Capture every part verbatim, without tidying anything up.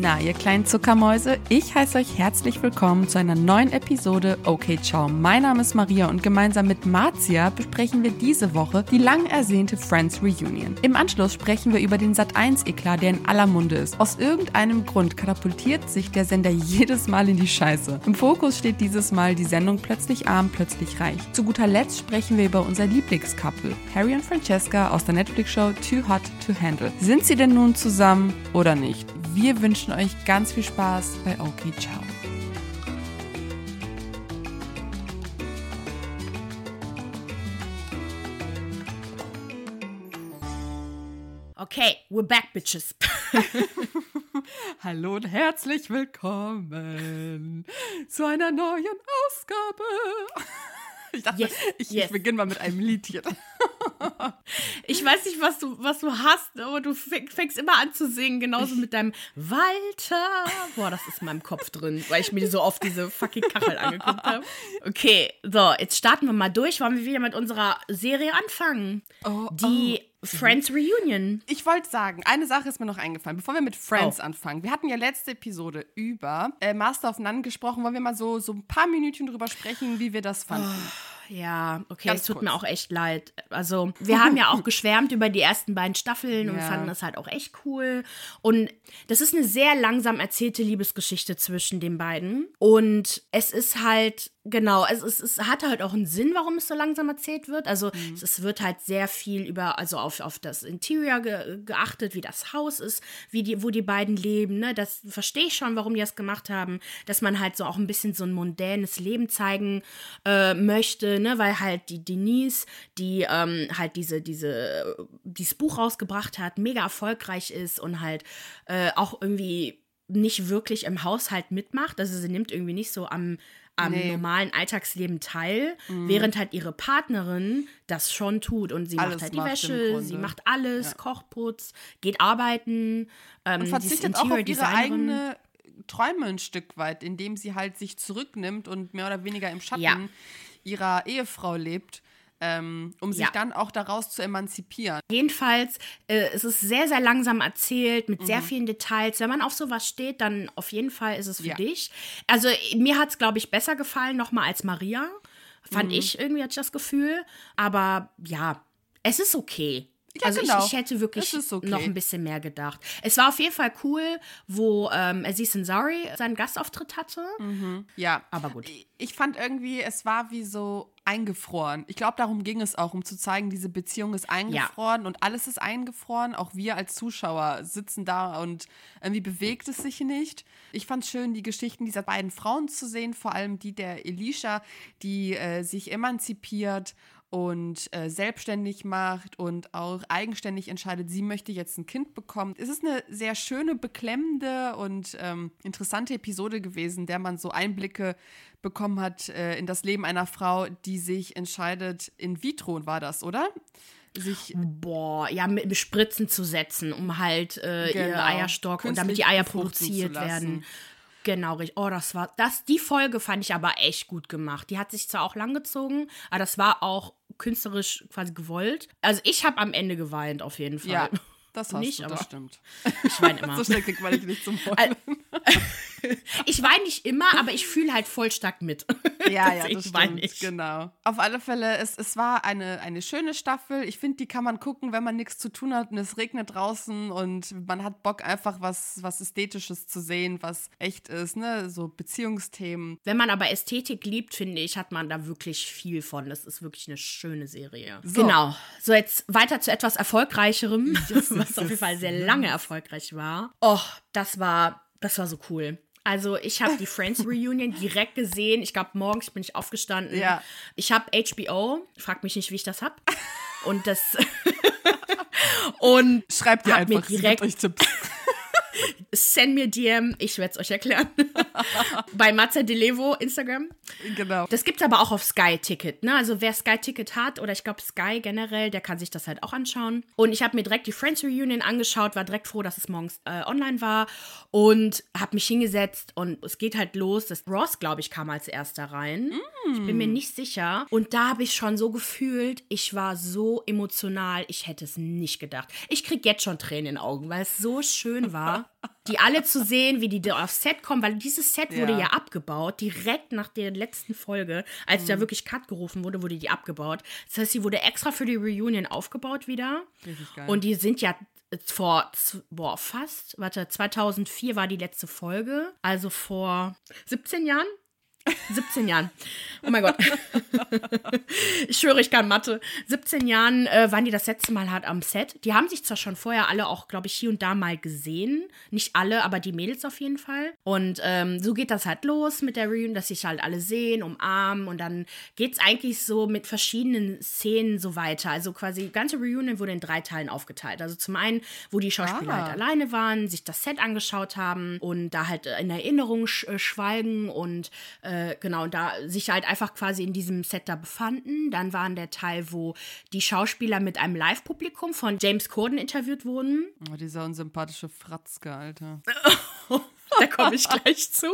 Na, ihr kleinen Zuckermäuse, ich heiße euch herzlich willkommen zu einer neuen Episode Okay Ciao. Mein Name ist Maria und gemeinsam mit Marzia besprechen wir diese Woche die lang ersehnte Friends Reunion. Im Anschluss sprechen wir über den Sat eins Eklat, der in aller Munde ist. Aus irgendeinem Grund katapultiert sich der Sender jedes Mal in die Scheiße. Im Fokus steht dieses Mal die Sendung Plötzlich arm, plötzlich reich. Zu guter Letzt sprechen wir über unser Lieblingscouple, Harry und Francesca aus der Netflix-Show Too Hot to Handle. Sind sie denn nun zusammen oder nicht? Wir wünschen euch ganz viel Spaß bei Okay Ciao. Okay, we're back, bitches. Hallo und herzlich willkommen zu einer neuen Ausgabe. Ich dachte, yes, ich, yes. ich beginne mal mit einem Liedchen. Ich weiß nicht, was du, was du hast, aber du fängst immer an zu singen, genauso mit deinem Walter. Boah, das ist in meinem Kopf drin, weil ich mir so oft diese fucking Kachel angeguckt habe. Okay, so, jetzt starten wir mal durch. Wollen wir wieder mit unserer Serie anfangen? Oh, Die oh. Friends Reunion. Ich wollte sagen, eine Sache ist mir noch eingefallen, bevor wir mit Friends oh. anfangen. Wir hatten ja letzte Episode über äh, Master of None gesprochen. Wollen wir mal so, so ein paar Minütchen drüber sprechen, wie wir das fanden? Oh, ja, okay, Ganz es tut kurz. mir auch echt leid. Also, wir haben ja auch geschwärmt über die ersten beiden Staffeln und Ja. wir fanden das halt auch echt cool. Und das ist eine sehr langsam erzählte Liebesgeschichte zwischen den beiden. Und es ist halt, genau, es, ist, es hat halt auch einen Sinn, warum es so langsam erzählt wird. Also, mhm. es, es wird halt sehr viel über, also auf, auf das Interior ge, geachtet, wie das Haus ist, wie die, wo die beiden leben. Ne? Das verstehe ich schon, warum die das gemacht haben. Dass man halt so auch ein bisschen so ein mondänes Leben zeigen äh, möchte, ne? Weil halt die Denise, die ähm, halt diese, diese, dieses Buch rausgebracht hat, mega erfolgreich ist und halt äh, auch irgendwie nicht wirklich im Haushalt mitmacht. Also sie nimmt irgendwie nicht so am am nee. normalen Alltagsleben teil, mhm. während halt ihre Partnerin das schon tut und sie alles macht halt die macht Wäsche, sie macht alles, ja. kocht, putzt, geht arbeiten. Ähm, und verzichtet auch auf ihre eigene Träume ein Stück weit, indem sie halt sich zurücknimmt und mehr oder weniger im Schatten ja. ihrer Ehefrau lebt. Ähm, um sich ja. dann auch daraus zu emanzipieren. Jedenfalls, äh, es ist sehr, sehr langsam erzählt, mit mhm. sehr vielen Details. Wenn man auf sowas steht, dann auf jeden Fall ist es für ja. dich. Also mir hat es, glaube ich, besser gefallen, nochmal als Maria. Fand mhm. ich irgendwie, hatte ich das Gefühl. Aber ja, es ist okay. Ja, also genau. ich, ich hätte wirklich okay. noch ein bisschen mehr gedacht. Es war auf jeden Fall cool, wo ähm, Aziz Ansari seinen Gastauftritt hatte. Mhm. Ja. Aber gut. Ich fand irgendwie, es war wie so eingefroren. Ich glaube, darum ging es auch, um zu zeigen, diese Beziehung ist eingefroren ja. und alles ist eingefroren. Auch wir als Zuschauer sitzen da und irgendwie bewegt es sich nicht. Ich fand es schön, die Geschichten dieser beiden Frauen zu sehen, vor allem die der Elisha, die äh, sich emanzipiert und äh, selbstständig macht und auch eigenständig entscheidet, sie möchte jetzt ein Kind bekommen. Es ist eine sehr schöne, beklemmende und ähm, interessante Episode gewesen, der man so Einblicke bekommen hat äh, in das Leben einer Frau, die sich entscheidet, in vitro war das, oder? Sich Boah, ja, mit Spritzen zu setzen, um halt äh, genau. ihr Eierstock Künstlich und damit die Eier produziert werden. Genau, richtig. Oh, das war, das, die Folge fand ich aber echt gut gemacht. Die hat sich zwar auch langgezogen, aber das war auch künstlerisch quasi gewollt. Also ich habe am Ende geweint, auf jeden Fall. Ja, das hast nicht, du, aber das stimmt. Ich weine immer. So schnell kriegt man dich nicht zum Heulen. Ich weine nicht immer, aber ich fühle halt voll stark mit. Ja, ja, das stimmt, ich. genau. Auf alle Fälle, es, es war eine, eine schöne Staffel. Ich finde, die kann man gucken, wenn man nichts zu tun hat und es regnet draußen und man hat Bock, einfach was, was Ästhetisches zu sehen, was echt ist, ne? So Beziehungsthemen. Wenn man aber Ästhetik liebt, finde ich, hat man da wirklich viel von. Das ist wirklich eine schöne Serie. So. Genau. So, jetzt weiter zu etwas Erfolgreicherem, yes, was yes, auf jeden Fall yes. sehr lange erfolgreich war. Oh, das war, das war so cool. Also ich habe die Friends Reunion direkt gesehen. Ich glaube, morgens bin ich aufgestanden. Ja. Ich habe H B O. Frag mich nicht, wie ich das hab. Und das und schreibt ihr einfach, mir direkt euch Tipps. Send mir D M, ich werde es euch erklären. Bei Matza Delevo, Instagram. Genau. Das gibt's aber auch auf Sky Ticket, ne? Also wer Sky Ticket hat oder ich glaube Sky generell, der kann sich das halt auch anschauen. Und ich habe mir direkt die Friends Reunion angeschaut, war direkt froh, dass es morgens äh, online war und habe mich hingesetzt und es geht halt los. Das Ross, glaube ich, kam als erster rein. Mm. Ich bin mir nicht sicher. Und da habe ich schon so gefühlt, ich war so emotional, ich hätte es nicht gedacht. Ich krieg jetzt schon Tränen in den Augen, weil es so schön war. die alle zu sehen, wie die da aufs Set kommen, weil dieses Set Ja. wurde ja abgebaut, direkt nach der letzten Folge, als mhm. da wirklich Cut gerufen wurde, wurde die abgebaut. Das heißt, sie wurde extra für die Reunion aufgebaut wieder. Richtig geil. Und die sind ja vor, boah, fast, warte, zweitausendvier war die letzte Folge, also vor siebzehn Jahren? siebzehn Jahren. Oh mein Gott. Ich schwöre, ich kann Mathe. siebzehn Jahren äh, waren die das letzte Mal halt am Set. Die haben sich zwar schon vorher alle auch, glaube ich, hier und da mal gesehen. Nicht alle, aber die Mädels auf jeden Fall. Und ähm, so geht das halt los mit der Reunion, dass sich halt alle sehen, umarmen. Und dann geht's eigentlich so mit verschiedenen Szenen so weiter. Also quasi die ganze Reunion wurde in drei Teilen aufgeteilt. Also zum einen, wo die Schauspieler Ah. halt alleine waren, sich das Set angeschaut haben und da halt in Erinnerung sch- äh, schwelgen und äh, genau, und da sich halt einfach quasi in diesem Set da befanden. Dann war der Teil, wo die Schauspieler mit einem Live-Publikum von James Corden interviewt wurden. Oh, dieser unsympathische Fratzke, Alter. Da komme ich gleich zu.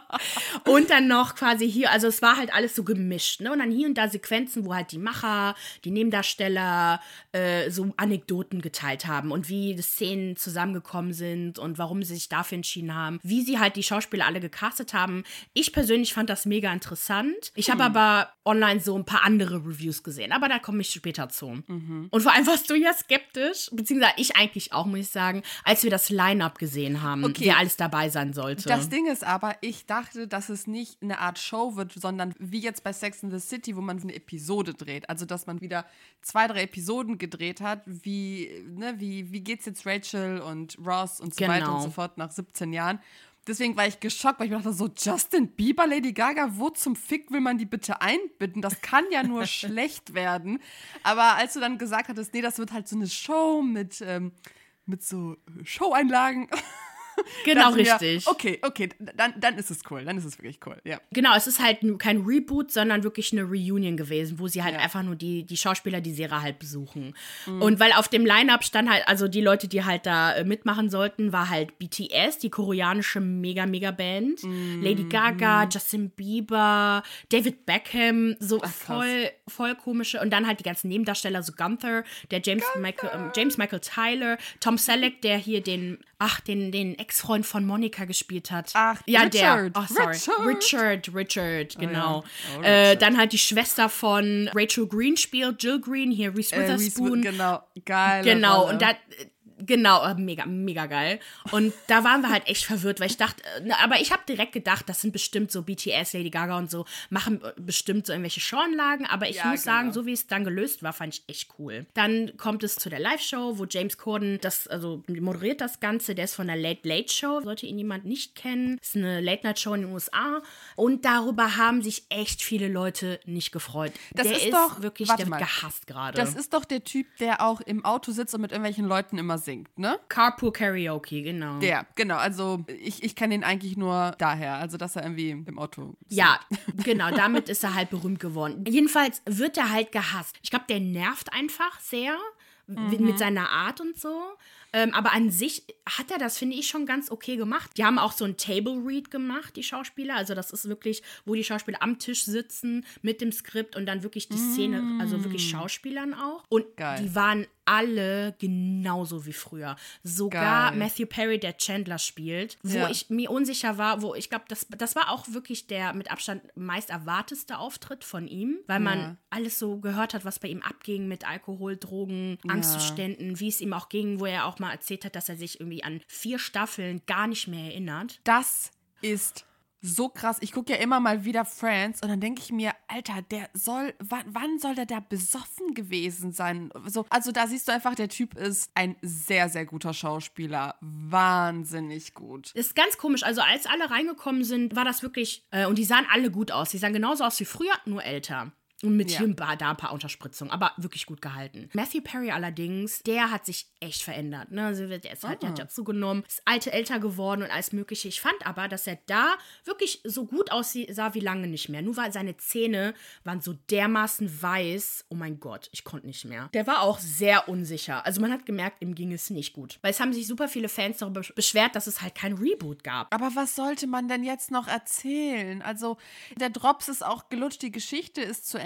Und dann noch quasi hier, also es war halt alles so gemischt, ne? Und dann hier und da Sequenzen, wo halt die Macher, die Nebendarsteller äh, so Anekdoten geteilt haben und wie die Szenen zusammengekommen sind und warum sie sich dafür entschieden haben, wie sie halt die Schauspieler alle gecastet haben. Ich persönlich fand das mega interessant. Ich habe Hm. aber online so ein paar andere Reviews gesehen, aber da komme ich später zu. Mhm. Und vor allem warst du ja skeptisch, beziehungsweise ich eigentlich auch, muss ich sagen, als wir das Line-Up gesehen haben, Okay. wer alles dabei sein sollte. Das Ding ist aber, ich dachte, dass es nicht eine Art Show wird, sondern wie jetzt bei Sex and the City, wo man eine Episode dreht. Also, dass man wieder zwei, drei Episoden gedreht hat. Wie, ne, wie, wie geht's jetzt Rachel und Ross und so Genau. weiter und so fort nach siebzehn Jahren. Deswegen war ich geschockt, weil ich mir dachte so, Justin Bieber, Lady Gaga, wo zum Fick will man die bitte einbinden? Das kann ja nur schlecht werden. Aber als du dann gesagt hattest, nee, das wird halt so eine Show mit, ähm, mit so Showeinlagen. Genau, dachten wir, richtig. Okay, okay, dann, dann ist es cool. Dann ist es wirklich cool, ja. Genau, es ist halt n- kein Reboot, sondern wirklich eine Reunion gewesen, wo sie halt Ja. einfach nur die, die Schauspieler, die Serie halt besuchen. Mhm. Und weil auf dem Line-Up stand halt, also die Leute, die halt da äh, mitmachen sollten, war halt B T S, die koreanische Mega-Mega-Band, Mhm. Lady Gaga, Justin Bieber, David Beckham, so Ach, krass. voll, voll komische. Und dann halt die ganzen Nebendarsteller, so Gunther, der James Michael, ähm, James Michael Tyler, Tom Selleck, der hier den, ach, den, den Ex-Freund von Monica gespielt hat. Ach, ja, Richard. der. Oh, sorry. Richard. Richard, Richard, genau. Oh, ja. Oh, äh, Richard. dann halt die Schwester von Rachel Green spielt, Jill Green, hier Reese Äh, Reese Witherspoon. Wi- genau, geil. Genau, und da, genau, äh, mega, mega geil. Und da waren wir halt echt verwirrt, weil ich dachte, äh, na, aber ich habe direkt gedacht, das sind bestimmt so B T S, Lady Gaga und so, machen äh, bestimmt so irgendwelche Showanlagen, aber ich Ja, muss sagen, genau. so wie es dann gelöst war, fand ich echt cool. Dann kommt es zu der Live-Show, wo James Corden das, also moderiert das Ganze, der ist von der Late Late Show, sollte ihn jemand nicht kennen, ist eine Late-Night-Show in den U S A und darüber haben sich echt viele Leute nicht gefreut. Das der ist ist doch- wirklich, warte der mal. wird gehasst gerade. Das ist doch der Typ, der auch im Auto sitzt und mit irgendwelchen Leuten immer singt, ne? Carpool Karaoke, genau. Der, genau. Also ich, ich kenne ihn eigentlich nur daher, also dass er irgendwie im Auto singt. Ja, genau, damit ist er halt berühmt geworden. Jedenfalls wird er halt gehasst. Ich glaube, der nervt einfach sehr w- mit seiner Art und so. Ähm, aber an sich hat er das, finde ich, schon ganz okay gemacht. Die haben auch so ein Table Read gemacht, die Schauspieler. Also das ist wirklich, wo die Schauspieler am Tisch sitzen mit dem Skript und dann wirklich die Szene, also wirklich Schauspielern auch. Und Geil. die waren alle genauso wie früher. Sogar Geil. Matthew Perry, der Chandler spielt, wo Ja. ich mir unsicher war, wo ich glaube, das, das war auch wirklich der mit Abstand meist erwarteste Auftritt von ihm, weil man Ja. alles so gehört hat, was bei ihm abging mit Alkohol, Drogen, Ja. Angstzuständen, wie es ihm auch ging, wo er auch mal erzählt hat, dass er sich irgendwie an vier Staffeln gar nicht mehr erinnert. Das ist so krass. Ich gucke ja immer mal wieder Friends und dann denke ich mir, Alter, der soll, wann, wann soll der da besoffen gewesen sein? So, also da siehst du einfach, der Typ ist ein sehr, sehr guter Schauspieler. Wahnsinnig gut. Das ist ganz komisch. Also als alle reingekommen sind, war das wirklich, äh, und die sahen alle gut aus. Die sahen genauso aus wie früher, nur älter. Und mit Ja. hier ein paar, da ein paar Unterspritzungen, aber wirklich gut gehalten. Matthew Perry allerdings, der hat sich echt verändert. Ne? Also der ist halt, der hat ja zugenommen, ist alte älter geworden und alles Mögliche. Ich fand aber, dass er da wirklich so gut aussah wie lange nicht mehr. Nur weil seine Zähne waren so dermaßen weiß. Oh mein Gott, ich konnte nicht mehr. Der war auch sehr unsicher. Also man hat gemerkt, ihm ging es nicht gut. Weil es haben sich super viele Fans darüber beschwert, dass es halt kein Reboot gab. Aber was sollte man denn jetzt noch erzählen? Also der Drops ist auch gelutscht, die Geschichte ist zu Ende.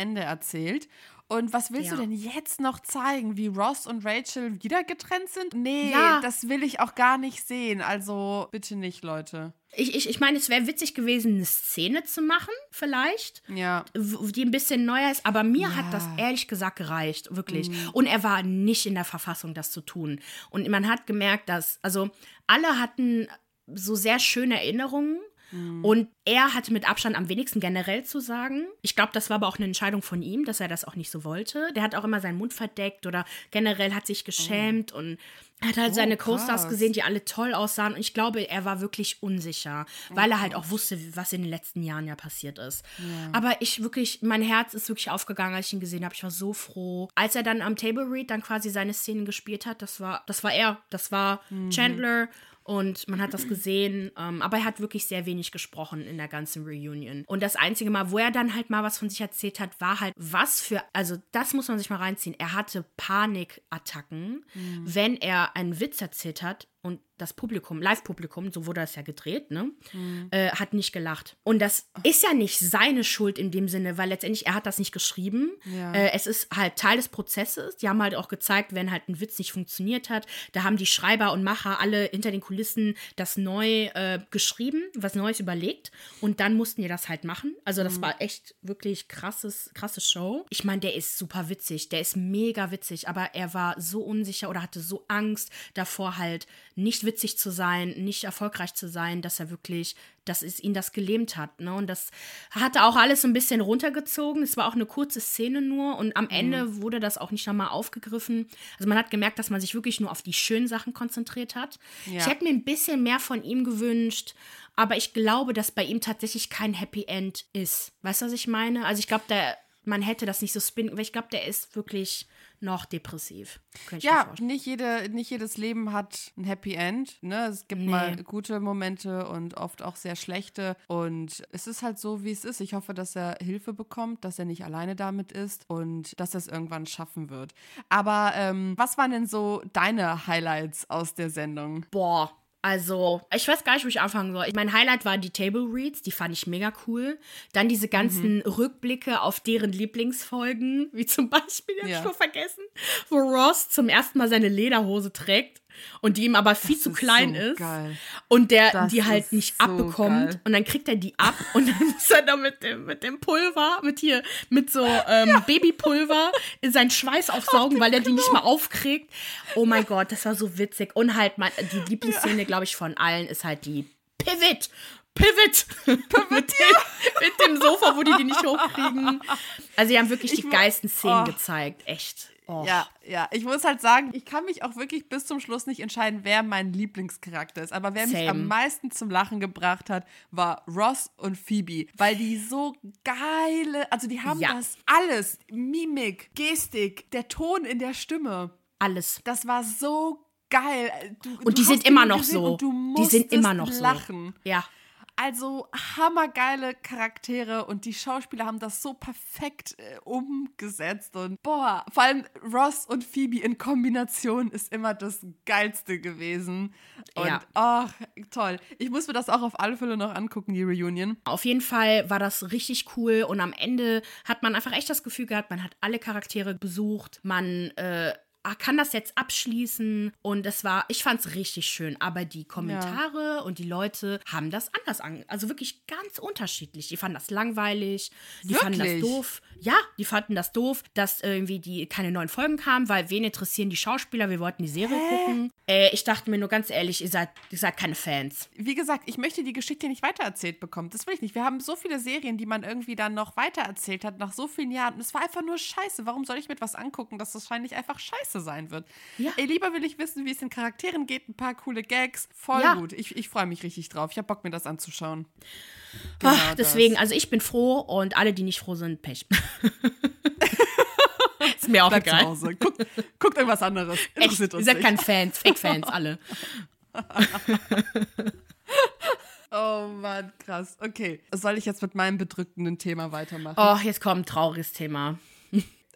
Ende erzählt. Und was willst ja. du denn jetzt noch zeigen, wie Ross und Rachel wieder getrennt sind? Nee, ja. das will ich auch gar nicht sehen. Also bitte nicht, Leute. Ich, ich, ich meine, es wäre witzig gewesen, eine Szene zu machen, vielleicht, ja. die ein bisschen neuer ist. Aber mir ja. hat das ehrlich gesagt gereicht, wirklich. Mhm. Und er war nicht in der Verfassung, das zu tun. Und man hat gemerkt, dass, also alle hatten so sehr schöne Erinnerungen. Und er hatte mit Abstand am wenigsten generell zu sagen. Ich glaube, das war aber auch eine Entscheidung von ihm, dass er das auch nicht so wollte. Der hat auch immer seinen Mund verdeckt oder generell hat sich geschämt oh. und er hat halt oh, seine Co-Stars gesehen, die alle toll aussahen. Und ich glaube, er war wirklich unsicher, oh, weil er halt auch wusste, was in den letzten Jahren ja passiert ist. Ja. Aber ich wirklich, mein Herz ist wirklich aufgegangen, als ich ihn gesehen habe. Ich war so froh. Als er dann am Table Read dann quasi seine Szenen gespielt hat, das war, das war er. Das war mhm. Chandler. Und man hat das gesehen, ähm, aber er hat wirklich sehr wenig gesprochen in der ganzen Reunion. Und das einzige Mal, wo er dann halt mal was von sich erzählt hat, war halt, was für, also das muss man sich mal reinziehen. Er hatte Panikattacken, mhm. wenn er einen Witz erzählt hat und das Publikum, Live-Publikum, so wurde das ja gedreht, ne, mhm. äh, hat nicht gelacht. Und das ist ja nicht seine Schuld in dem Sinne, weil letztendlich, er hat das nicht geschrieben. Ja. Äh, es ist halt Teil des Prozesses. Die haben halt auch gezeigt, wenn halt ein Witz nicht funktioniert hat, da haben die Schreiber und Macher alle hinter den Kulissen das neu äh, geschrieben, was Neues überlegt und dann mussten die das halt machen. Also das mhm. war echt wirklich krasses, krasse Show. Ich meine, der ist super witzig, der ist mega witzig, aber er war so unsicher oder hatte so Angst davor halt, nicht witzig zu sein, nicht erfolgreich zu sein, dass er wirklich, dass es ihn das gelähmt hat. Ne? Und das hat er auch alles so ein bisschen runtergezogen. Es war auch eine kurze Szene nur und am Ende mhm. wurde das auch nicht nochmal aufgegriffen. Also man hat gemerkt, dass man sich wirklich nur auf die schönen Sachen konzentriert hat. Ja. Ich hätte mir ein bisschen mehr von ihm gewünscht, aber ich glaube, dass bei ihm tatsächlich kein Happy End ist. Weißt du, was ich meine? Also ich glaube, man hätte das nicht so spinnen, weil ich glaube, der ist wirklich noch depressiv. Ja, nicht, jede, nicht jedes Leben hat ein Happy End. Ne? Es gibt nee. mal gute Momente und oft auch sehr schlechte. Und es ist halt so, wie es ist. Ich hoffe, dass er Hilfe bekommt, dass er nicht alleine damit ist und dass er es irgendwann schaffen wird. Aber ähm, was waren denn so deine Highlights aus der Sendung? Boah. Also, ich weiß gar nicht, wo ich anfangen soll. Mein Highlight waren die Table Reads, die fand ich mega cool. Dann diese ganzen mhm. Rückblicke auf deren Lieblingsfolgen, wie zum Beispiel, hab ja. ich nur vergessen, wo Ross zum ersten Mal seine Lederhose trägt und die ihm aber viel das zu klein so ist. Geil. Und der das die halt nicht so abbekommt. Geil. Und dann kriegt er die ab und dann muss er da mit dem, mit dem Pulver, mit hier, mit so ähm, ja. Babypulver in seinen Schweiß aufsaugen, weil er die nicht mal aufkriegt. Oh mein Gott, das war so witzig. Und halt, mein, die Lieblingsszene, ja. glaube ich, von allen ist halt die Pivot. Pivot! Pivot mit, dem, mit dem Sofa, wo die die nicht hochkriegen. Also, die haben wirklich ich die geilsten Szenen oh. gezeigt. Echt. Oh. Ja, ja, ich muss halt sagen, ich kann mich auch wirklich bis zum Schluss nicht entscheiden, wer mein Lieblingscharakter ist. Aber wer Same. mich am meisten zum Lachen gebracht hat, war Ross und Phoebe. Weil die so geile, also die haben ja. das alles, Mimik, Gestik, der Ton in der Stimme. Alles. Das war so geil. Du, und du die sind immer noch so. Die sind immer noch lachen. so. Ja. Also hammergeile Charaktere und die Schauspieler haben das so perfekt äh, umgesetzt und boah, vor allem Ross und Phoebe in Kombination ist immer das Geilste gewesen und ja. ach, toll. Ich muss mir das auch auf alle Fälle noch angucken, die Reunion. Auf jeden Fall war das richtig cool und am Ende hat man einfach echt das Gefühl gehabt, man hat alle Charaktere besucht, man äh, kann das jetzt abschließen und es war, ich fand's richtig schön, aber die Kommentare ja. und die Leute haben das anders angefangen, also wirklich ganz unterschiedlich. Die fanden das langweilig, die wirklich? fanden das doof. Ja, die fanden das doof, dass irgendwie die keine neuen Folgen kamen, weil wen interessieren die Schauspieler, wir wollten die Serie Hä? gucken. Äh, ich dachte mir nur ganz ehrlich, ihr seid, ihr seid keine Fans. Wie gesagt, ich möchte die Geschichte nicht weitererzählt bekommen, das will ich nicht. Wir haben so viele Serien, die man irgendwie dann noch weitererzählt hat, nach so vielen Jahren und es war einfach nur scheiße. Warum soll ich mit was angucken, das wahrscheinlich einfach scheiße sein wird? Ja. Ey, lieber will ich wissen, wie es den Charakteren geht, ein paar coole Gags, voll ja. gut. Ich, ich freue mich richtig drauf. Ich habe Bock, mir das anzuschauen. Genau Ach, deswegen, das. also ich bin froh und alle, die nicht froh sind, Pech. Ist mir auch Bleibt egal. Zu Hause. Guckt, guckt irgendwas anderes. Echt, ihr seid keine Fans, Fake-Fans, alle. Oh Mann, krass. Okay, soll ich jetzt mit meinem bedrückenden Thema weitermachen? Oh, jetzt kommt ein trauriges Thema.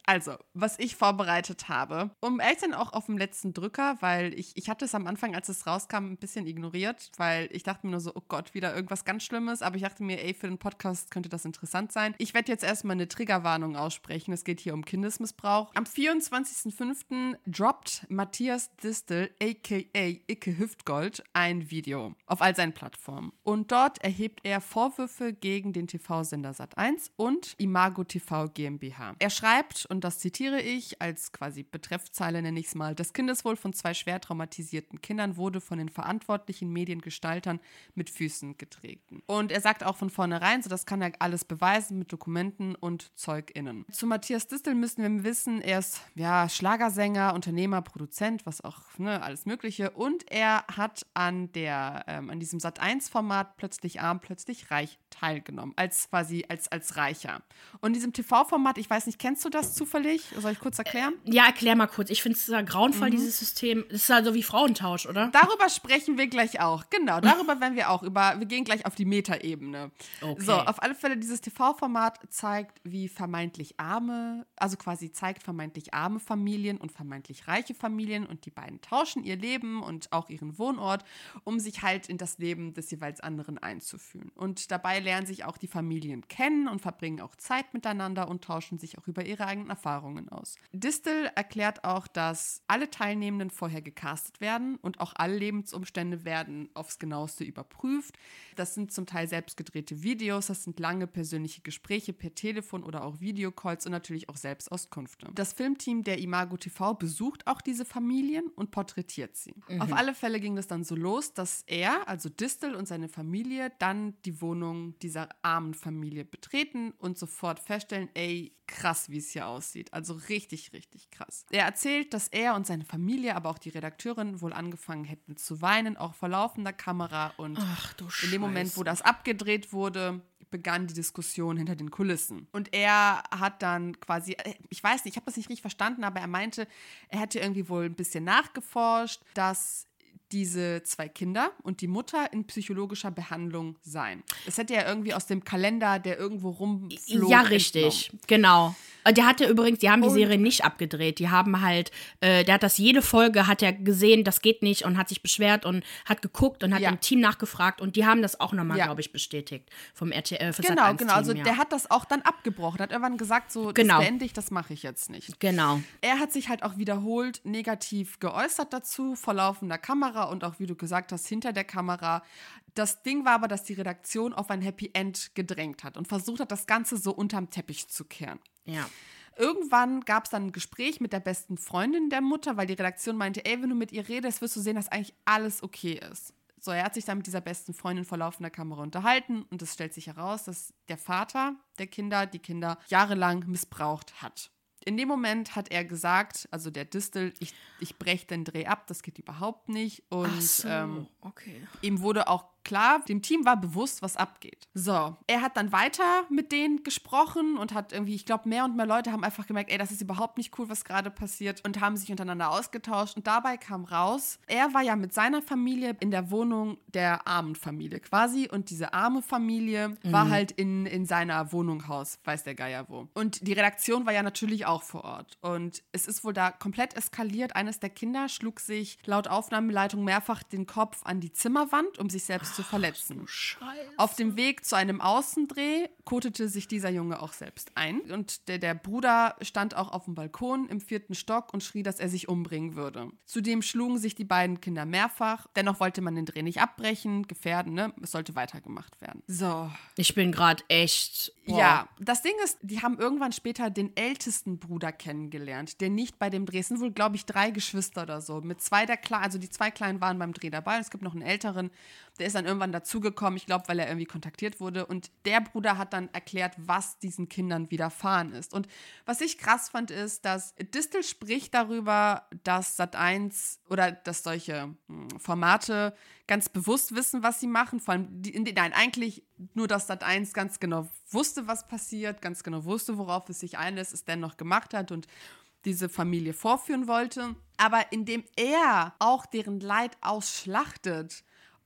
Also, was ich vorbereitet habe, um ehrlich zu sein, auch auf dem letzten Drücker, weil ich, ich hatte es am Anfang, als es rauskam, ein bisschen ignoriert, weil ich dachte mir nur so, oh Gott, wieder irgendwas ganz Schlimmes, aber ich dachte mir, ey, für den Podcast könnte das interessant sein. Ich werde jetzt erstmal eine Triggerwarnung aussprechen, es geht hier um Kindesmissbrauch. Am vierundzwanzigsten fünften droppt Matthias Distel, aka Icke Hüftgold, ein Video auf all seinen Plattformen. Und dort erhebt er Vorwürfe gegen den T V-Sender Sat eins und Imago T V GmbH. Er schreibt, und das zitiere ich, als quasi Betreffzeile nenne ich es mal, das Kindeswohl von zwei schwer traumatisierten Kindern wurde von den verantwortlichen Mediengestaltern mit Füßen getreten. Und er sagt auch von vornherein, so das kann er alles beweisen mit Dokumenten und ZeugInnen. Zu Matthias Distel müssen wir wissen, er ist ja Schlagersänger, Unternehmer, Produzent, was auch, ne, alles Mögliche. Und er hat an der, ähm, an diesem Sat eins Format Plötzlich arm, plötzlich reich teilgenommen, als quasi als, als Reicher. Und in diesem T V-Format, ich weiß nicht, kennst du das zufällig? Soll ich kurz erklären? Äh, ja, erklär mal kurz. Ich finde es ja grauenvoll, mhm. dieses System. Das ist ja so wie Frauentausch, oder? Darüber sprechen wir gleich auch. Genau, darüber werden wir auch über, wir gehen gleich auf die Metaebene. Okay. So, auf alle Fälle, dieses T V-Format zeigt, wie vermeintlich arme, also quasi zeigt vermeintlich arme Familien und vermeintlich reiche Familien und die beiden tauschen ihr Leben und auch ihren Wohnort, um sich halt in das Leben des jeweils anderen einzufühlen. Und dabei lernen sich auch die Familien kennen und verbringen auch Zeit miteinander und tauschen sich auch über ihre eigenen Erfahrungen aus. Distel erklärt auch, dass alle Teilnehmenden vorher gecastet werden und auch alle Lebensumstände werden aufs Genaueste überprüft. Das sind zum Teil selbst gedrehte Videos, das sind lange persönliche Gespräche per Telefon oder auch Videocalls und natürlich auch Selbstauskünfte. Das Filmteam der Imago T V besucht auch diese Familien und porträtiert sie. Mhm. Auf alle Fälle ging es dann so los, dass er, also Distel und seine Familie, dann die Wohnung dieser armen Familie betreten und sofort feststellen, ey, krass, wie es hier aussieht. Also richtig, richtig krass. Er erzählt, dass er und seine Familie, aber auch die Redakteurin wohl angefangen hätten zu weinen, auch vor laufender Kamera. Und Ach, du in dem Moment, wo das abgedreht wurde, begann die Diskussion hinter den Kulissen. Und er hat dann quasi, ich weiß nicht, ich habe das nicht richtig verstanden, aber er meinte, er hätte irgendwie wohl ein bisschen nachgeforscht, dass diese zwei Kinder und die Mutter in psychologischer Behandlung seien. Das hätte er irgendwie aus dem Kalender, der irgendwo rumflog. Ja, richtig, entnommen. Genau. Der hatte übrigens, die haben die und Serie nicht abgedreht. Die haben halt, äh, der hat das jede Folge, hat er gesehen, das geht nicht und hat sich beschwert und hat geguckt und hat ja. im Team nachgefragt und die haben das auch nochmal, ja. glaube ich, bestätigt vom R T L. Für genau, genau. Also ja. der hat das auch dann abgebrochen, hat irgendwann gesagt, so, genau. das beende ich, das mache ich jetzt nicht. Genau. Er hat sich halt auch wiederholt negativ geäußert dazu, vor laufender Kamera und auch, wie du gesagt hast, hinter der Kamera. Das Ding war aber, dass die Redaktion auf ein Happy End gedrängt hat und versucht hat, das Ganze so unterm Teppich zu kehren. Ja. Irgendwann gab es dann ein Gespräch mit der besten Freundin der Mutter, weil die Redaktion meinte, ey, wenn du mit ihr redest, wirst du sehen, dass eigentlich alles okay ist. So, er hat sich dann mit dieser besten Freundin vor laufender Kamera unterhalten und es stellt sich heraus, dass der Vater der Kinder die Kinder jahrelang missbraucht hat. In dem Moment hat er gesagt, also der Distel, ich, ich breche den Dreh ab, das geht überhaupt nicht. Und Ach so, ähm, okay. ihm wurde auch klar, dem Team war bewusst, was abgeht. So, er hat dann weiter mit denen gesprochen und hat irgendwie, ich glaube, mehr und mehr Leute haben einfach gemerkt, ey, das ist überhaupt nicht cool, was gerade passiert und haben sich untereinander ausgetauscht. Und dabei kam raus, er war ja mit seiner Familie in der Wohnung der armen Familie quasi und diese arme Familie mhm. war halt in, in seiner Wohnungshaus, weiß der Geier wo. Und die Redaktion war ja natürlich auch vor Ort. Und es ist wohl da komplett eskaliert. Eines der Kinder schlug sich laut Aufnahmeleitung mehrfach den Kopf an die Zimmerwand, um sich selbst zu verletzen. Ach, auf dem Weg zu einem Außendreh kotete sich dieser Junge auch selbst ein. Und der, der Bruder stand auch auf dem Balkon im vierten Stock und schrie, dass er sich umbringen würde. Zudem schlugen sich die beiden Kinder mehrfach. Dennoch wollte man den Dreh nicht abbrechen, gefährden, ne? Es sollte weitergemacht werden. So. Ich bin gerade echt... Boah. Ja, das Ding ist, die haben irgendwann später den ältesten Bruder kennengelernt, der nicht bei dem Dreh, es sind wohl, glaube ich, drei Geschwister oder so. Mit zwei der Kleinen, also die zwei Kleinen waren beim Dreh dabei und es gibt noch einen älteren, der ist dann irgendwann dazugekommen, ich glaube, weil er irgendwie kontaktiert wurde. Und der Bruder hat dann erklärt, was diesen Kindern widerfahren ist. Und was ich krass fand, ist, dass Distel spricht darüber, dass Sat eins oder dass solche mh, Formate ganz bewusst wissen, was sie machen. Vor allem, die, nein, eigentlich nur, dass Sat eins ganz genau wusste, was passiert, ganz genau wusste, worauf es sich einlässt, es dennoch gemacht hat und diese Familie vorführen wollte. Aber indem er auch deren Leid ausschlachtet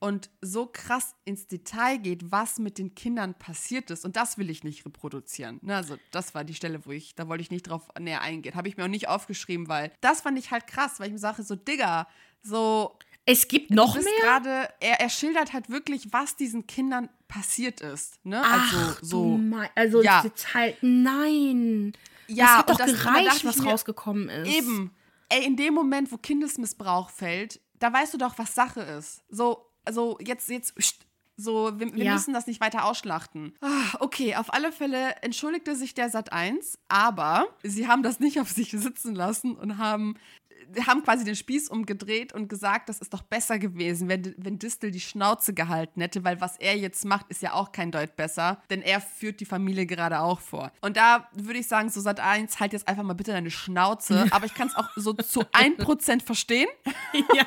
und so krass ins Detail geht, was mit den Kindern passiert ist. Und das will ich nicht reproduzieren. Ne, also das war die Stelle, wo ich, da wollte ich nicht drauf näher eingehen. Habe ich mir auch nicht aufgeschrieben, weil das fand ich halt krass, weil ich mir sage, so Digga, so... Es gibt noch mehr? Grade, er, er schildert halt wirklich, was diesen Kindern passiert ist. Ne? Ach, also so, mein, also ja. ins Detail, nein. Ja, das hat doch das, gereicht, was mir, rausgekommen ist. Eben. Ey, in dem Moment, wo Kindesmissbrauch fällt, da weißt du doch, was Sache ist. So, also jetzt, jetzt, so, wir, wir ja. müssen das nicht weiter ausschlachten. Ah, okay, auf alle Fälle entschuldigte sich der Sat eins, aber sie haben das nicht auf sich sitzen lassen und haben... haben quasi den Spieß umgedreht und gesagt, das ist doch besser gewesen, wenn, wenn Distel die Schnauze gehalten hätte, weil was er jetzt macht, ist ja auch kein Deut besser, denn er führt die Familie gerade auch vor. Und da würde ich sagen, so Sat eins, halt jetzt einfach mal bitte deine Schnauze, aber ich kann es auch so zu ein Prozent verstehen. Ja.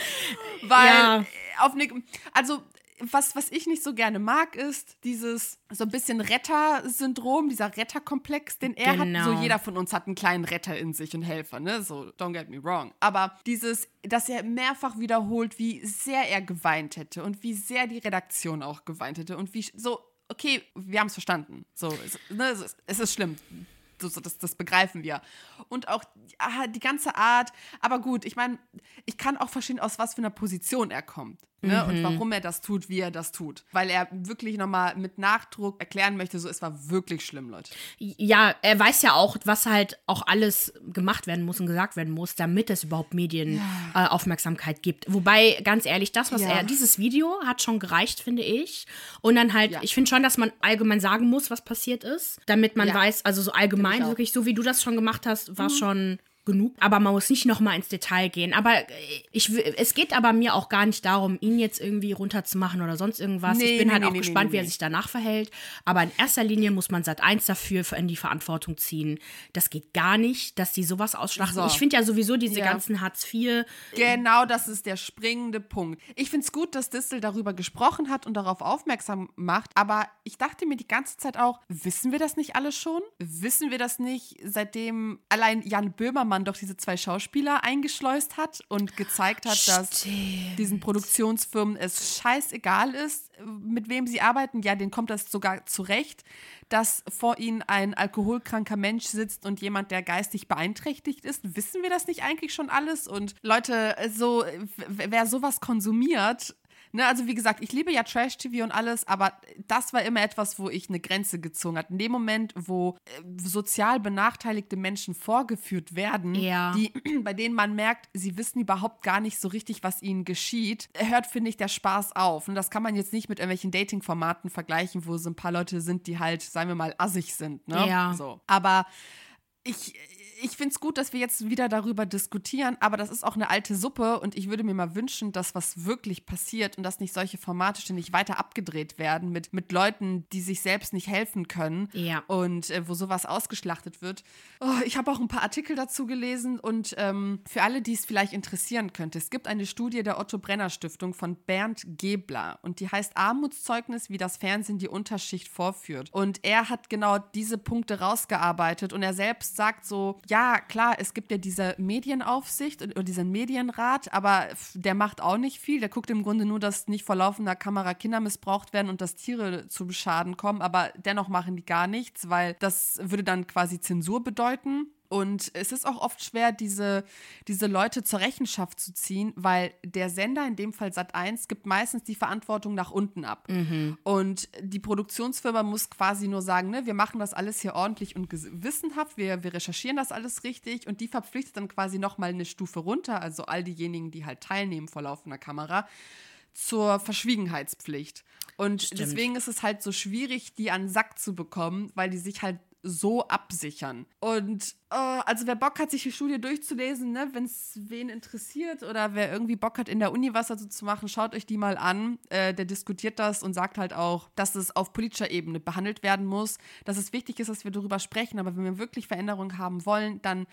weil ja. auf ne, also Was, was ich nicht so gerne mag, ist dieses so ein bisschen Retter-Syndrom, dieser Retterkomplex, den er genau. hat. So jeder von uns hat einen kleinen Retter in sich und Helfer, ne? So, don't get me wrong. Aber dieses, dass er mehrfach wiederholt, wie sehr er geweint hätte und wie sehr die Redaktion auch geweint hätte und wie so, okay, wir haben es verstanden. So, es, ne, es, ist, es ist schlimm. Das, das, das begreifen wir. Und auch ah, die ganze Art, aber gut, ich meine, ich kann auch verstehen, aus was für einer Position er kommt. Ne? Mhm. Und warum er das tut, wie er das tut. Weil er wirklich nochmal mit Nachdruck erklären möchte, so, es war wirklich schlimm, Leute. Ja, er weiß ja auch, was halt auch alles gemacht werden muss und gesagt werden muss, damit es überhaupt Medienaufmerksamkeit ja. äh, gibt. Wobei, ganz ehrlich, das, was ja. er, dieses Video hat schon gereicht, finde ich. Und dann halt, ja. ich finde schon, dass man allgemein sagen muss, was passiert ist, damit man ja. weiß, also so allgemein, wirklich so wie du das schon gemacht hast, war mhm. schon genug. Aber man muss nicht nochmal ins Detail gehen. Aber ich, es geht aber mir auch gar nicht darum, ihn jetzt irgendwie runterzumachen oder sonst irgendwas. Nee, ich bin nee, halt nee, auch nee, gespannt, nee, nee. wie er sich danach verhält. Aber in erster Linie muss man Sat eins dafür in die Verantwortung ziehen. Das geht gar nicht, dass die sowas ausschlachten. So. Ich finde ja sowieso diese ja. ganzen Hartz vier... Genau, das ist der springende Punkt. Ich finde es gut, dass Distel darüber gesprochen hat und darauf aufmerksam macht. Aber ich dachte mir die ganze Zeit auch, wissen wir das nicht alle schon? Wissen wir das nicht, seitdem allein Jan Böhmermann man doch diese zwei Schauspieler eingeschleust hat und gezeigt hat, Stimmt. dass diesen Produktionsfirmen es scheißegal ist, mit wem sie arbeiten. Ja, denen kommt das sogar zurecht, dass vor ihnen ein alkoholkranker Mensch sitzt und jemand, der geistig beeinträchtigt ist. Wissen wir das nicht eigentlich schon alles? Und Leute, so, wer sowas konsumiert... Ne, also wie gesagt, ich liebe ja Trash-T V und alles, aber das war immer etwas, wo ich eine Grenze gezogen habe. In dem Moment, wo äh, sozial benachteiligte Menschen vorgeführt werden, ja. die, bei denen man merkt, sie wissen überhaupt gar nicht so richtig, was ihnen geschieht, hört, finde ich, der Spaß auf. Und das kann man jetzt nicht mit irgendwelchen Dating-Formaten vergleichen, wo so ein paar Leute sind, die halt, sagen wir mal, assig sind. Ne? Ja. So. Aber ich... Ich finde es gut, dass wir jetzt wieder darüber diskutieren, aber das ist auch eine alte Suppe und ich würde mir mal wünschen, dass was wirklich passiert und dass nicht solche Formate ständig weiter abgedreht werden mit, mit Leuten, die sich selbst nicht helfen können ja. und äh, wo sowas ausgeschlachtet wird. Oh, ich habe auch ein paar Artikel dazu gelesen und ähm, für alle, die es vielleicht interessieren könnte, es gibt eine Studie der Otto-Brenner-Stiftung von Bernd Gebler und die heißt Armutszeugnis, wie das Fernsehen die Unterschicht vorführt. Und er hat genau diese Punkte rausgearbeitet und er selbst sagt so, ja, klar, es gibt ja diese Medienaufsicht und, und diesen Medienrat, aber der macht auch nicht viel. Der guckt im Grunde nur, dass nicht vor laufender Kamera Kinder missbraucht werden und dass Tiere zu Schaden kommen, aber dennoch machen die gar nichts, weil das würde dann quasi Zensur bedeuten. Und es ist auch oft schwer, diese, diese Leute zur Rechenschaft zu ziehen, weil der Sender, in dem Fall Sat eins, gibt meistens die Verantwortung nach unten ab. Mhm. Und die Produktionsfirma muss quasi nur sagen, ne, wir machen das alles hier ordentlich und gewissenhaft, wir, wir recherchieren das alles richtig und die verpflichtet dann quasi nochmal eine Stufe runter, also all diejenigen, die halt teilnehmen vor laufender Kamera, zur Verschwiegenheitspflicht. Und Stimmt. deswegen ist es halt so schwierig, die an den Sack zu bekommen, weil die sich halt so absichern. Und äh, also wer Bock hat, sich die Studie durchzulesen, ne, wenn es wen interessiert oder wer irgendwie Bock hat, in der Uni was dazu zu machen, schaut euch die mal an. Äh, der diskutiert das und sagt halt auch, dass es auf politischer Ebene behandelt werden muss, dass es wichtig ist, dass wir darüber sprechen, aber wenn wir wirklich Veränderungen haben wollen, dann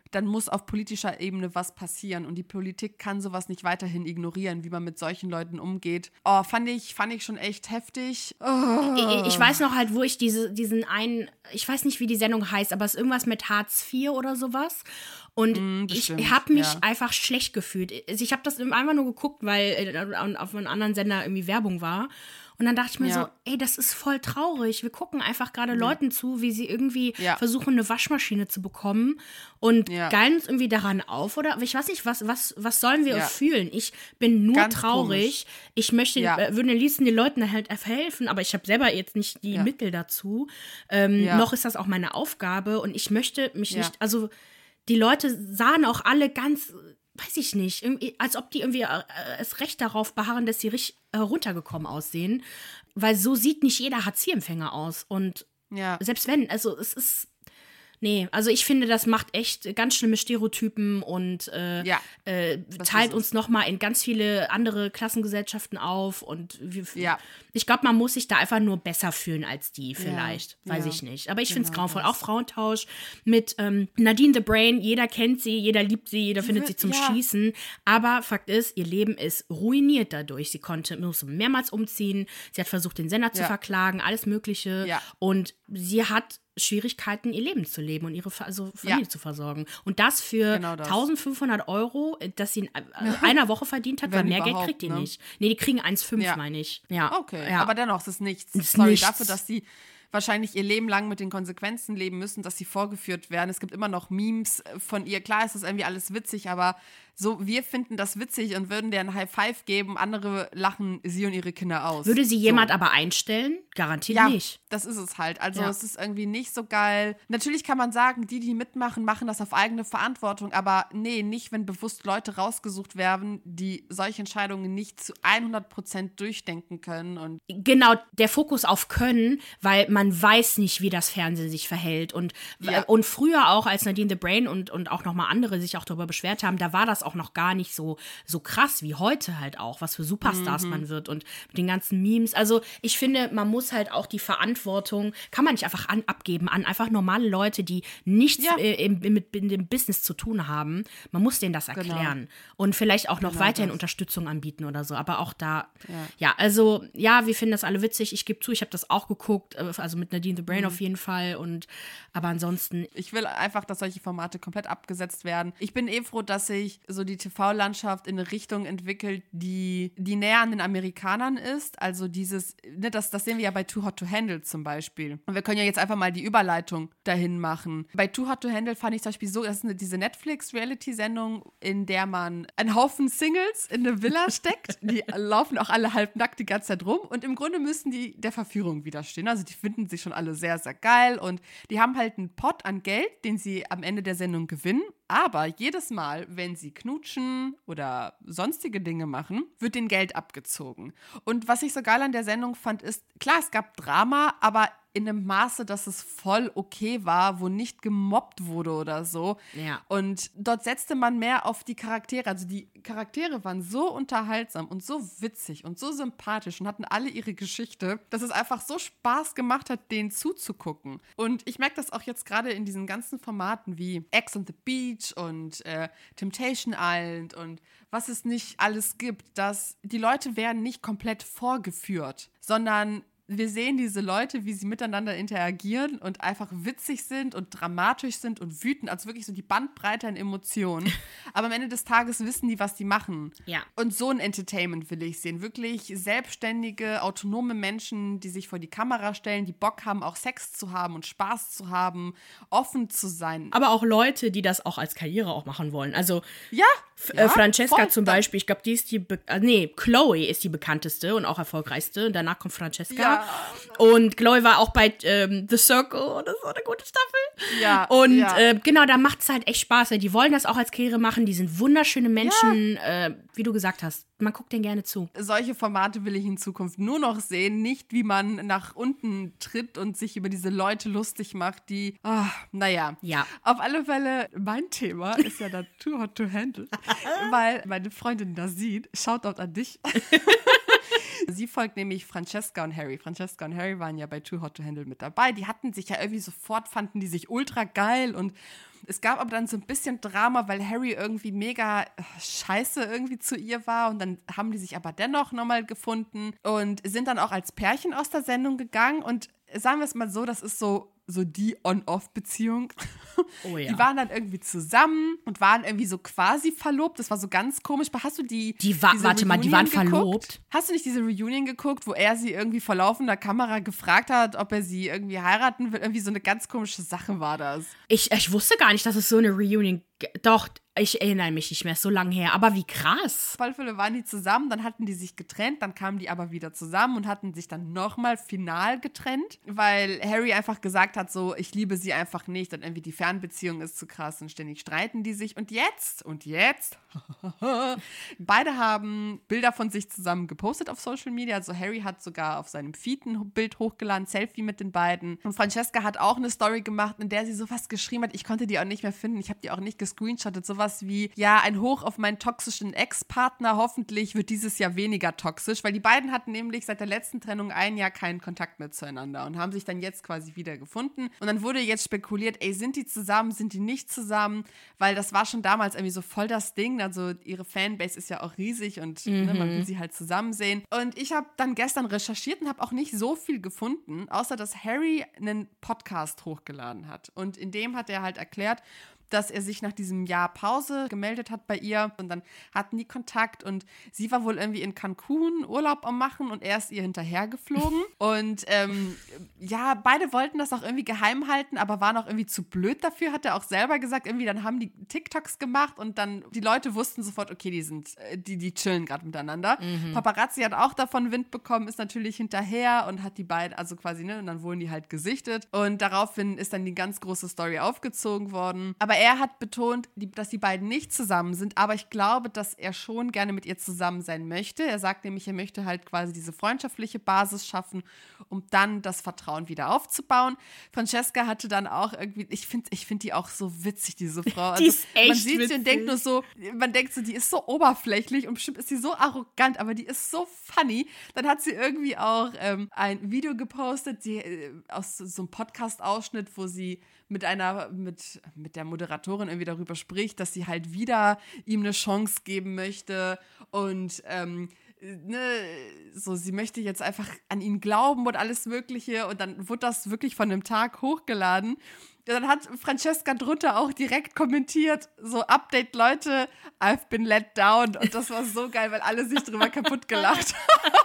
dann muss auf politischer Ebene was passieren. Und die Politik kann sowas nicht weiterhin ignorieren, wie man mit solchen Leuten umgeht. Oh, fand ich, fand ich schon echt heftig. Oh. Ich, ich weiß noch halt, wo ich diese, diesen einen, ich weiß nicht, wie die Sendung heißt, aber es ist irgendwas mit Hartz vier oder sowas. Und mm, ich habe mich ja. einfach schlecht gefühlt. Ich habe das einfach nur geguckt, weil auf einem anderen Sender irgendwie Werbung war. Und dann dachte ich mir ja. so, ey, das ist voll traurig. Wir gucken einfach gerade ja. Leuten zu, wie sie irgendwie ja. versuchen, eine Waschmaschine zu bekommen und ja. geilen uns irgendwie daran auf. Oder ich weiß nicht, was, was, was sollen wir ja. fühlen? Ich bin nur Ganz traurig. Komisch. Ich möchte, ja. äh, würde am liebsten den Leuten halt helfen, aber ich habe selber jetzt nicht die ja. Mittel dazu. Ähm, ja. Noch ist das auch meine Aufgabe und ich möchte mich ja. nicht, also die Leute sahen auch alle ganz... weiß ich nicht, irgendwie, als ob die irgendwie äh, es recht darauf beharren, dass sie richtig äh, runtergekommen aussehen. Weil so sieht nicht jeder Hartz-vier-Empfänger aus. Und ja. selbst wenn, also es ist, nee, also ich finde, das macht echt ganz schlimme Stereotypen und äh, ja, äh, teilt uns nochmal in ganz viele andere Klassengesellschaften auf. Und wir, ja. ich glaube, man muss sich da einfach nur besser fühlen als die vielleicht. Ja. Weiß ja. ich nicht. Aber ich genau finde es grauenvoll. Auch Frauentausch mit ähm, Nadine the Brain. Jeder kennt sie, jeder liebt sie, jeder findet sie zum ja. Schießen. Aber Fakt ist, ihr Leben ist ruiniert dadurch. Sie konnte musste mehrmals umziehen. Sie hat versucht, den Sender ja. zu verklagen, alles Mögliche. Ja. Und sie hat Schwierigkeiten, ihr Leben zu leben und ihre also Familie ja. zu versorgen. Und das für genau das. eintausendfünfhundert Euro, das sie in einer Woche verdient hat, weil mehr Geld kriegt die ne? nicht. Nee, die kriegen eins Komma fünf, ja. meine ich. Ja. Okay, ja. aber dennoch, es ist nichts. Ist Sorry, nichts. Dafür, dass sie wahrscheinlich ihr Leben lang mit den Konsequenzen leben müssen, dass sie vorgeführt werden. Es gibt immer noch Memes von ihr. Klar ist das irgendwie alles witzig, aber so, wir finden das witzig und würden der ein High Five geben. Andere lachen sie und ihre Kinder aus. Würde sie jemand so. aber einstellen? Garantiert ja, nicht. Das ist es halt. Also ja. es ist irgendwie nicht so geil. Natürlich kann man sagen, die, die mitmachen, machen das auf eigene Verantwortung. Aber nee, nicht, wenn bewusst Leute rausgesucht werden, die solche Entscheidungen nicht zu hundert Prozent durchdenken können. Und genau, der Fokus auf Können, weil man weiß nicht, wie das Fernsehen sich verhält. Und, ja. und früher auch, als Nadine the Brain und, und auch nochmal andere sich auch darüber beschwert haben, da war das auch noch gar nicht so, so krass wie heute halt auch, was für Superstars mhm. man wird und mit den ganzen Memes. Also ich finde, man muss halt auch die Verantwortung, kann man nicht einfach an, abgeben an einfach normale Leute, die nichts ja. äh, im, mit in dem Business zu tun haben. Man muss denen das erklären genau. und vielleicht auch noch genau weiterhin das. Unterstützung anbieten oder so. Aber auch da, ja, ja also ja, wir finden das alle witzig. Ich gebe zu, ich habe das auch geguckt, also mit Nadine the Brain mhm. auf jeden Fall. Und aber ansonsten. Ich will einfach, dass solche Formate komplett abgesetzt werden. Ich bin eh froh, dass sich so die T V-Landschaft in eine Richtung entwickelt, die, die näher an den Amerikanern ist. Also dieses, ne, das, das sehen wir ja bei Too Hot to Handle zum Beispiel. Und wir können ja jetzt einfach mal die Überleitung dahin machen. Bei Too Hot to Handle fand ich zum Beispiel so, das ist eine, diese Netflix-Reality-Sendung, in der man einen Haufen Singles in eine Villa steckt. Die laufen auch alle halbnackt die ganze Zeit rum und im Grunde müssen die der Verführung widerstehen. Also die finden sich schon alle sehr, sehr geil und die haben halt einen Pot an Geld, den sie am Ende der Sendung gewinnen. Aber jedes Mal, wenn sie knutschen oder sonstige Dinge machen, wird denen Geld abgezogen. Und was ich so geil an der Sendung fand, ist, klar, es gab Drama, aber in einem Maße, dass es voll okay war, wo nicht gemobbt wurde oder so. Ja. Und dort setzte man mehr auf die Charaktere. Also die Charaktere waren so unterhaltsam und so witzig und so sympathisch und hatten alle ihre Geschichte, dass es einfach so Spaß gemacht hat, denen zuzugucken. Und ich merke das auch jetzt gerade in diesen ganzen Formaten wie Ex on the Beach und äh, Temptation Island und was es nicht alles gibt, dass die Leute werden nicht komplett vorgeführt, sondern wir sehen diese Leute, wie sie miteinander interagieren und einfach witzig sind und dramatisch sind und wütend, also wirklich so die Bandbreite an Emotionen. Aber am Ende des Tages wissen die, was die machen. Ja. Und so ein Entertainment will ich sehen. Wirklich selbstständige, autonome Menschen, die sich vor die Kamera stellen, die Bock haben, auch Sex zu haben und Spaß zu haben, offen zu sein. Aber auch Leute, die das auch als Karriere auch machen wollen. Also ja, F- ja äh, Francesca zum Beispiel, ich glaube, die ist die, Be- äh, nee, Chloe ist die bekannteste und auch erfolgreichste. Und danach kommt Francesca. Ja. Und Chloe war auch bei ähm, The Circle, das ist so eine gute Staffel. Ja. Und ja. Äh, genau, da macht es halt echt Spaß. Die wollen das auch als Karriere machen. Die sind wunderschöne Menschen, ja. äh, wie du gesagt hast. Man guckt denen gerne zu. Solche Formate will ich in Zukunft nur noch sehen. Nicht, wie man nach unten tritt und sich über diese Leute lustig macht, die, oh, naja. Ja. Auf alle Fälle, mein Thema ist ja dann Too Hot to Handle. Weil meine Freundin da sieht, Shoutout an dich. Sie folgt nämlich Francesca und Harry. Francesca und Harry waren ja bei Too Hot to Handle mit dabei. Die hatten sich ja irgendwie sofort, fanden die sich ultra geil und es gab aber dann so ein bisschen Drama, weil Harry irgendwie mega scheiße irgendwie zu ihr war und dann haben die sich aber dennoch nochmal gefunden und sind dann auch als Pärchen aus der Sendung gegangen und sagen wir es mal so, das ist so so die On-Off-Beziehung. Oh ja. Die waren dann irgendwie zusammen und waren irgendwie so quasi verlobt. Das war so ganz komisch. Hast du die Die wa- diese Warte mal, die waren geguckt? verlobt? Hast du nicht diese Reunion geguckt, wo er sie irgendwie vor laufender Kamera gefragt hat, ob er sie irgendwie heiraten will? Irgendwie so eine ganz komische Sache war das. Ich, ich wusste gar nicht, dass es so eine Reunion gibt. Doch, ich erinnere mich nicht mehr, ist so lange her. Aber wie krass. Auf alle Fälle waren die zusammen, dann hatten die sich getrennt, dann kamen die aber wieder zusammen und hatten sich dann nochmal final getrennt, weil Harry einfach gesagt hat, so, ich liebe sie einfach nicht und irgendwie die Fernbeziehung ist zu krass und ständig streiten die sich. Und jetzt, und jetzt, beide haben Bilder von sich zusammen gepostet auf Social Media. Also Harry hat sogar auf seinem Feed ein Bild hochgeladen, Selfie mit den beiden. Und Francesca hat auch eine Story gemacht, in der sie sowas geschrieben hat, ich konnte die auch nicht mehr finden, ich habe die auch nicht gescreenshottet, sowas wie, ja, ein Hoch auf meinen toxischen Ex-Partner, hoffentlich wird dieses Jahr weniger toxisch, weil die beiden hatten nämlich seit der letzten Trennung ein Jahr keinen Kontakt mehr zueinander und haben sich dann jetzt quasi wieder gefunden. Und dann wurde jetzt spekuliert, ey, sind die zusammen, sind die nicht zusammen, weil das war schon damals irgendwie so voll das Ding, also ihre Fanbase ist ja auch riesig und mhm. ne, man will sie halt zusammen sehen. Und ich habe dann gestern recherchiert und habe auch nicht so viel gefunden, außer dass Harry einen Podcast hochgeladen hat. Und in dem hat er halt erklärt, dass er sich nach diesem Jahr Pause gemeldet hat bei ihr und dann hatten die Kontakt und sie war wohl irgendwie in Cancun Urlaub am Machen und er ist ihr hinterhergeflogen und ähm, ja, beide wollten das auch irgendwie geheim halten, aber waren auch irgendwie zu blöd dafür, hat er auch selber gesagt, irgendwie dann haben die TikToks gemacht und dann die Leute wussten sofort, okay, die sind, die, die chillen gerade miteinander. Mhm. Paparazzi hat auch davon Wind bekommen, ist natürlich hinterher und hat die beiden, also quasi, ne, und dann wurden die halt gesichtet und daraufhin ist dann die ganz große Story aufgezogen worden, aber er hat betont, dass die beiden nicht zusammen sind, aber ich glaube, dass er schon gerne mit ihr zusammen sein möchte. Er sagt nämlich, er möchte halt quasi diese freundschaftliche Basis schaffen, um dann das Vertrauen wieder aufzubauen. Francesca hatte dann auch irgendwie, ich finde ich find die auch so witzig, diese Frau. Also, die ist echt man sieht witzig. sie und denkt nur so, man denkt so, die ist so oberflächlich und bestimmt ist sie so arrogant, aber die ist so funny. Dann hat sie irgendwie auch ähm, ein Video gepostet, die, äh, aus so einem Podcast-Ausschnitt, wo sie mit einer, mit, mit der Moderatorin irgendwie darüber spricht, dass sie halt wieder ihm eine Chance geben möchte und ähm, ne, so, sie möchte jetzt einfach an ihn glauben und alles Mögliche und dann wurde das wirklich von einem Tag hochgeladen. Ja, dann hat Francesca drunter auch direkt kommentiert, so, Update, Leute, I've been let down und das war so geil, weil alle sich drüber kaputt gelacht haben.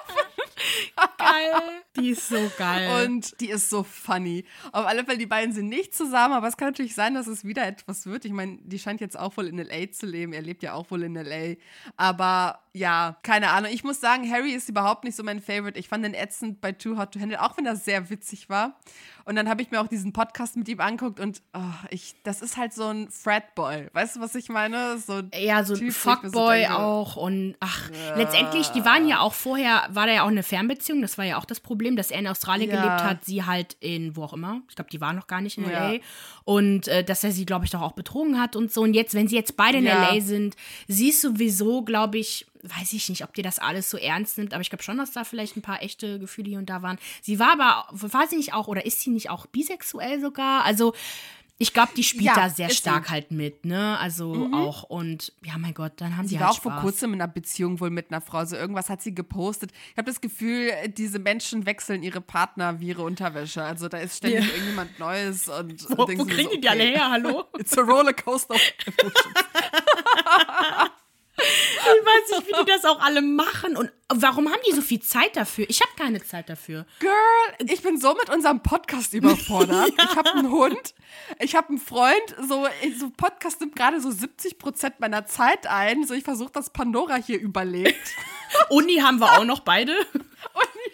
Geil. Die ist so geil. Und die ist so funny. Auf alle Fälle, die beiden sind nicht zusammen, aber es kann natürlich sein, dass es wieder etwas wird. Ich meine, die scheint jetzt auch wohl in L A zu leben. Er lebt ja auch wohl in L A. Aber ja, keine Ahnung. Ich muss sagen, Harry ist überhaupt nicht so mein Favorite. Ich fand den ätzend bei Too Hot to Handle, auch wenn er sehr witzig war. Und dann habe ich mir auch diesen Podcast mit ihm angeguckt und oh, ich, das ist halt so ein Fratboy. Weißt du, was ich meine? So ja, so ein Fuckboy so auch. Und ach, ja. Letztendlich, die waren ja auch vorher, war da ja auch eine Fernbeziehung. Das war ja auch das Problem, dass er in Australien ja. gelebt hat, sie halt in wo auch immer. Ich glaube, die waren noch gar nicht in L A. Ja. Und äh, dass er sie, glaube ich, doch auch betrogen hat und so. Und jetzt, wenn sie jetzt beide in ja. L A sind, sie ist sowieso, glaube ich, weiß ich nicht, ob dir das alles so ernst nimmt, aber ich glaube schon, dass da vielleicht ein paar echte Gefühle hier und da waren. Sie war aber, war sie nicht auch, oder ist sie nicht auch bisexuell sogar? Also ich glaube, die spielt ja, da sehr stark sie. halt mit, ne? Also mhm. auch und ja, mein Gott, dann haben sie, sie halt Spaß. Sie war auch vor kurzem in einer Beziehung wohl mit einer Frau, so irgendwas hat sie gepostet. Ich habe das Gefühl, diese Menschen wechseln ihre Partner wie ihre Unterwäsche. Also da ist ständig ja. irgendjemand Neues und Wo, und wo kriegen so, okay, die alle her, hallo? It's a rollercoaster of emotions. Ich weiß nicht, wie die das auch alle machen. Und warum haben die so viel Zeit dafür? Ich habe keine Zeit dafür. Girl, ich bin so mit unserem Podcast überfordert. Ja. Ich habe einen Hund, ich habe einen Freund. So, so Podcast nimmt gerade so siebzig Prozent meiner Zeit ein. So, ich versuche, dass Pandora hier überlebt. Uni haben wir auch noch beide. Uni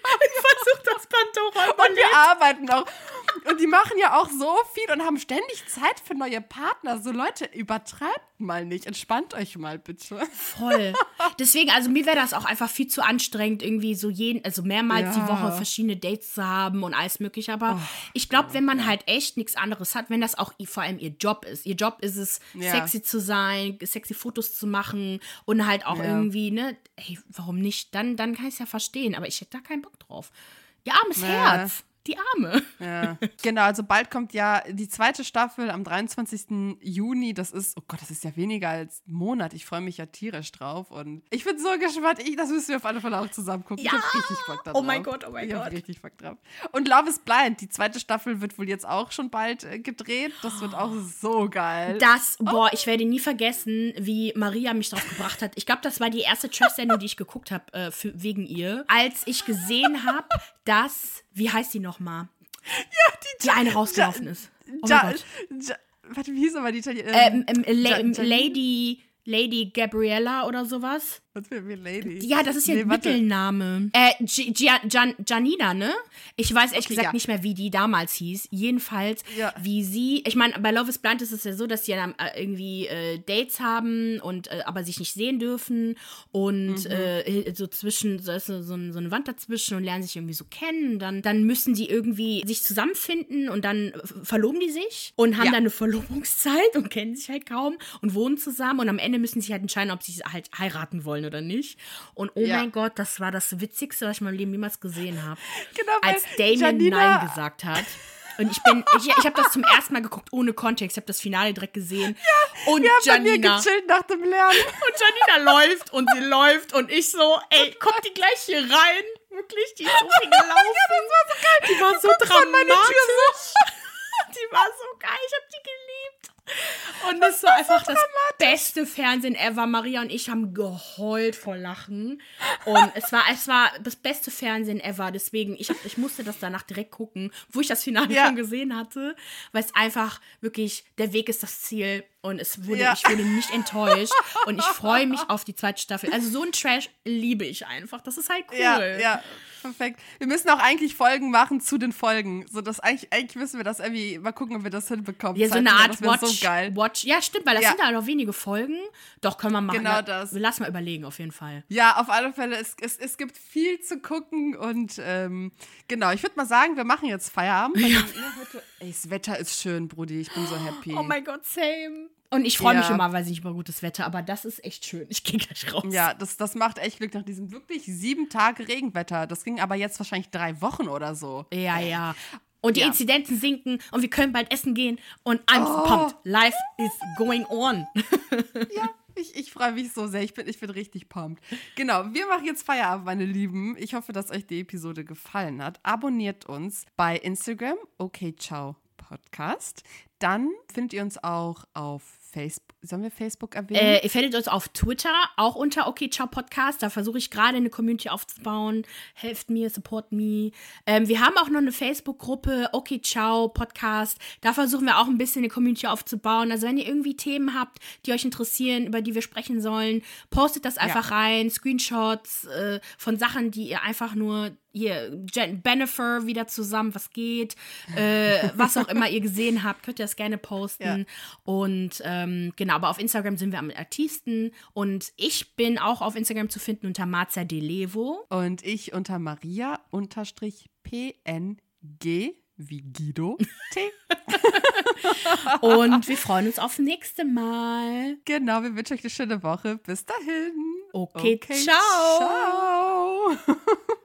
Ich versuche das Pandora. Und wir arbeiten auch. Und die machen ja auch so viel und haben ständig Zeit für neue Partner. So Leute, übertreibt mal nicht. Entspannt euch mal bitte. Voll. Deswegen, also mir wäre das auch einfach viel zu anstrengend, irgendwie so jeden, also mehrmals ja. die Woche verschiedene Dates zu haben und alles mögliche. Aber oh, ich glaube, wenn man halt echt nichts anderes hat, wenn das auch vor allem ihr Job ist. Ihr Job ist es, ja. sexy zu sein, sexy Fotos zu machen und halt auch ja. irgendwie, ne, ey, warum nicht? Dann, dann kann ich es ja verstehen. Aber ich hätte da keinen Bock drauf. Ihr armes ja. Herz. Die Arme. Ja, genau, also bald kommt ja die zweite Staffel am dreiundzwanzigsten Juni. Das ist, oh Gott, das ist ja weniger als ein Monat. Ich freue mich ja tierisch drauf und ich bin so gespannt. Ich, das müssen wir auf alle Fälle auch zusammen gucken. Ja. Ich habe richtig Bock drauf. Oh mein Gott, oh mein ich Gott. Ich habe richtig Bock drauf. Und Love is Blind, die zweite Staffel wird wohl jetzt auch schon bald äh, gedreht. Das wird auch so geil. Das, boah, ich werde nie vergessen, wie Maria mich drauf gebracht hat. Ich glaube, das war die erste Trash-Sendung, die ich geguckt habe, äh, wegen ihr. Als ich gesehen habe, dass, wie heißt die nochmal? Ja, die, die eine rausgelaufen ja, ist. Oh ja, mein Gott. Ja, warte, wie hieß aber die Italienerin? Ähm, ähm, La- Lady, Lady Gabriella oder sowas. Was für eine Lady? Ja, das ist ihr nee, Mittelname. Äh, G- G- Gian- Janina, ne? Ich weiß ehrlich okay, gesagt ja. nicht mehr, wie die damals hieß. Jedenfalls, ja. wie sie, ich meine, bei Love is Blind ist es ja so, dass sie dann äh, irgendwie äh, Dates haben und äh, aber sich nicht sehen dürfen und mhm. äh, so zwischen, so ist so, so eine Wand dazwischen und lernen sich irgendwie so kennen. Dann, dann müssen die irgendwie sich zusammenfinden und dann verloben die sich und haben ja. dann eine Verlobungszeit und kennen sich halt kaum und wohnen zusammen und am Ende müssen sie halt entscheiden, ob sie halt heiraten wollen oder nicht. Und oh ja. mein Gott, das war das Witzigste, was ich in meinem Leben jemals gesehen habe. Genau, als Damien Janina Nein gesagt hat. Und ich bin, ich, ich habe das zum ersten Mal geguckt, ohne Kontext. Ich habe das Finale direkt gesehen. Ja, und ja, Janina. gechillt nach dem Lernen. Und Janina läuft und sie läuft und ich so, ey, kommt die gleich hier rein? Wirklich, die ist so viel gelaufen. Ja, das war so geil. Die war du so dramatisch. Die war so geil, ich habe die geliebt. Und das, das war einfach so das beste Fernsehen ever. Maria und ich haben geheult vor Lachen. Und es war, es war das beste Fernsehen ever. Deswegen, ich, ich musste das danach direkt gucken, wo ich das Finale ja. schon gesehen hatte. Weil es einfach wirklich, der Weg ist das Ziel. Und es wurde, ja. ich wurde nicht enttäuscht. Und ich freue mich auf die zweite Staffel. Also so ein Trash liebe ich einfach. Das ist halt cool. Ja, ja. Perfekt. Wir müssen auch eigentlich Folgen machen zu den Folgen. So, dass eigentlich, eigentlich müssen wir das irgendwie mal gucken, ob wir das hinbekommen. Ja, so eine Art Watch, so geil. Watch. Ja, stimmt, weil das ja. sind ja noch wenige Folgen. Doch, können wir machen. Genau das. Lass mal überlegen, auf jeden Fall. Ja, auf alle Fälle. Es, es, es gibt viel zu gucken und ähm, genau, ich würde mal sagen, wir machen jetzt Feierabend. Ja. Heute, ey, das Wetter ist schön, Brudi. Ich bin so happy. Oh mein Gott, same. Und ich freue ja. mich immer, weil ich über gutes Wetter, aber das ist echt schön. Ich gehe gleich raus. Ja, das, das macht echt Glück nach diesem wirklich sieben Tage Regenwetter. Das ging aber jetzt wahrscheinlich drei Wochen oder so. Ja, ja. Und die ja. Inzidenzen sinken und wir können bald essen gehen und I'm oh. pumped. Life is going on. Ja, ich, ich freue mich so sehr. Ich bin, ich bin richtig pumped. Genau, wir machen jetzt Feierabend, meine Lieben. Ich hoffe, dass euch die Episode gefallen hat. Abonniert uns bei Instagram, okay, ciao, Podcast. Dann findet ihr uns auch auf Facebook. Sollen wir Facebook erwähnen? Äh, ihr findet uns auf Twitter, auch unter Okay, Ciao Podcast. Da versuche ich gerade eine Community aufzubauen. Helft mir, support me. Ähm, wir haben auch noch eine Facebook-Gruppe, Okay, Ciao Podcast. Da versuchen wir auch ein bisschen eine Community aufzubauen. Also wenn ihr irgendwie Themen habt, die euch interessieren, über die wir sprechen sollen, postet das einfach ja. rein. Screenshots äh, von Sachen, die ihr einfach nur hier, Bennifer wieder zusammen, was geht, äh, was auch immer ihr gesehen habt, könnt ihr das gerne posten. Ja. Und ähm, genau, aber auf Instagram sind wir am aktivsten. Und ich bin auch auf Instagram zu finden unter Marzia Delevo. Und ich unter Maria unterstrich P N G wie Guido T. Und wir freuen uns auf nächste Mal. Genau, wir wünschen euch eine schöne Woche. Bis dahin. Okay, okay ciao. Ciao.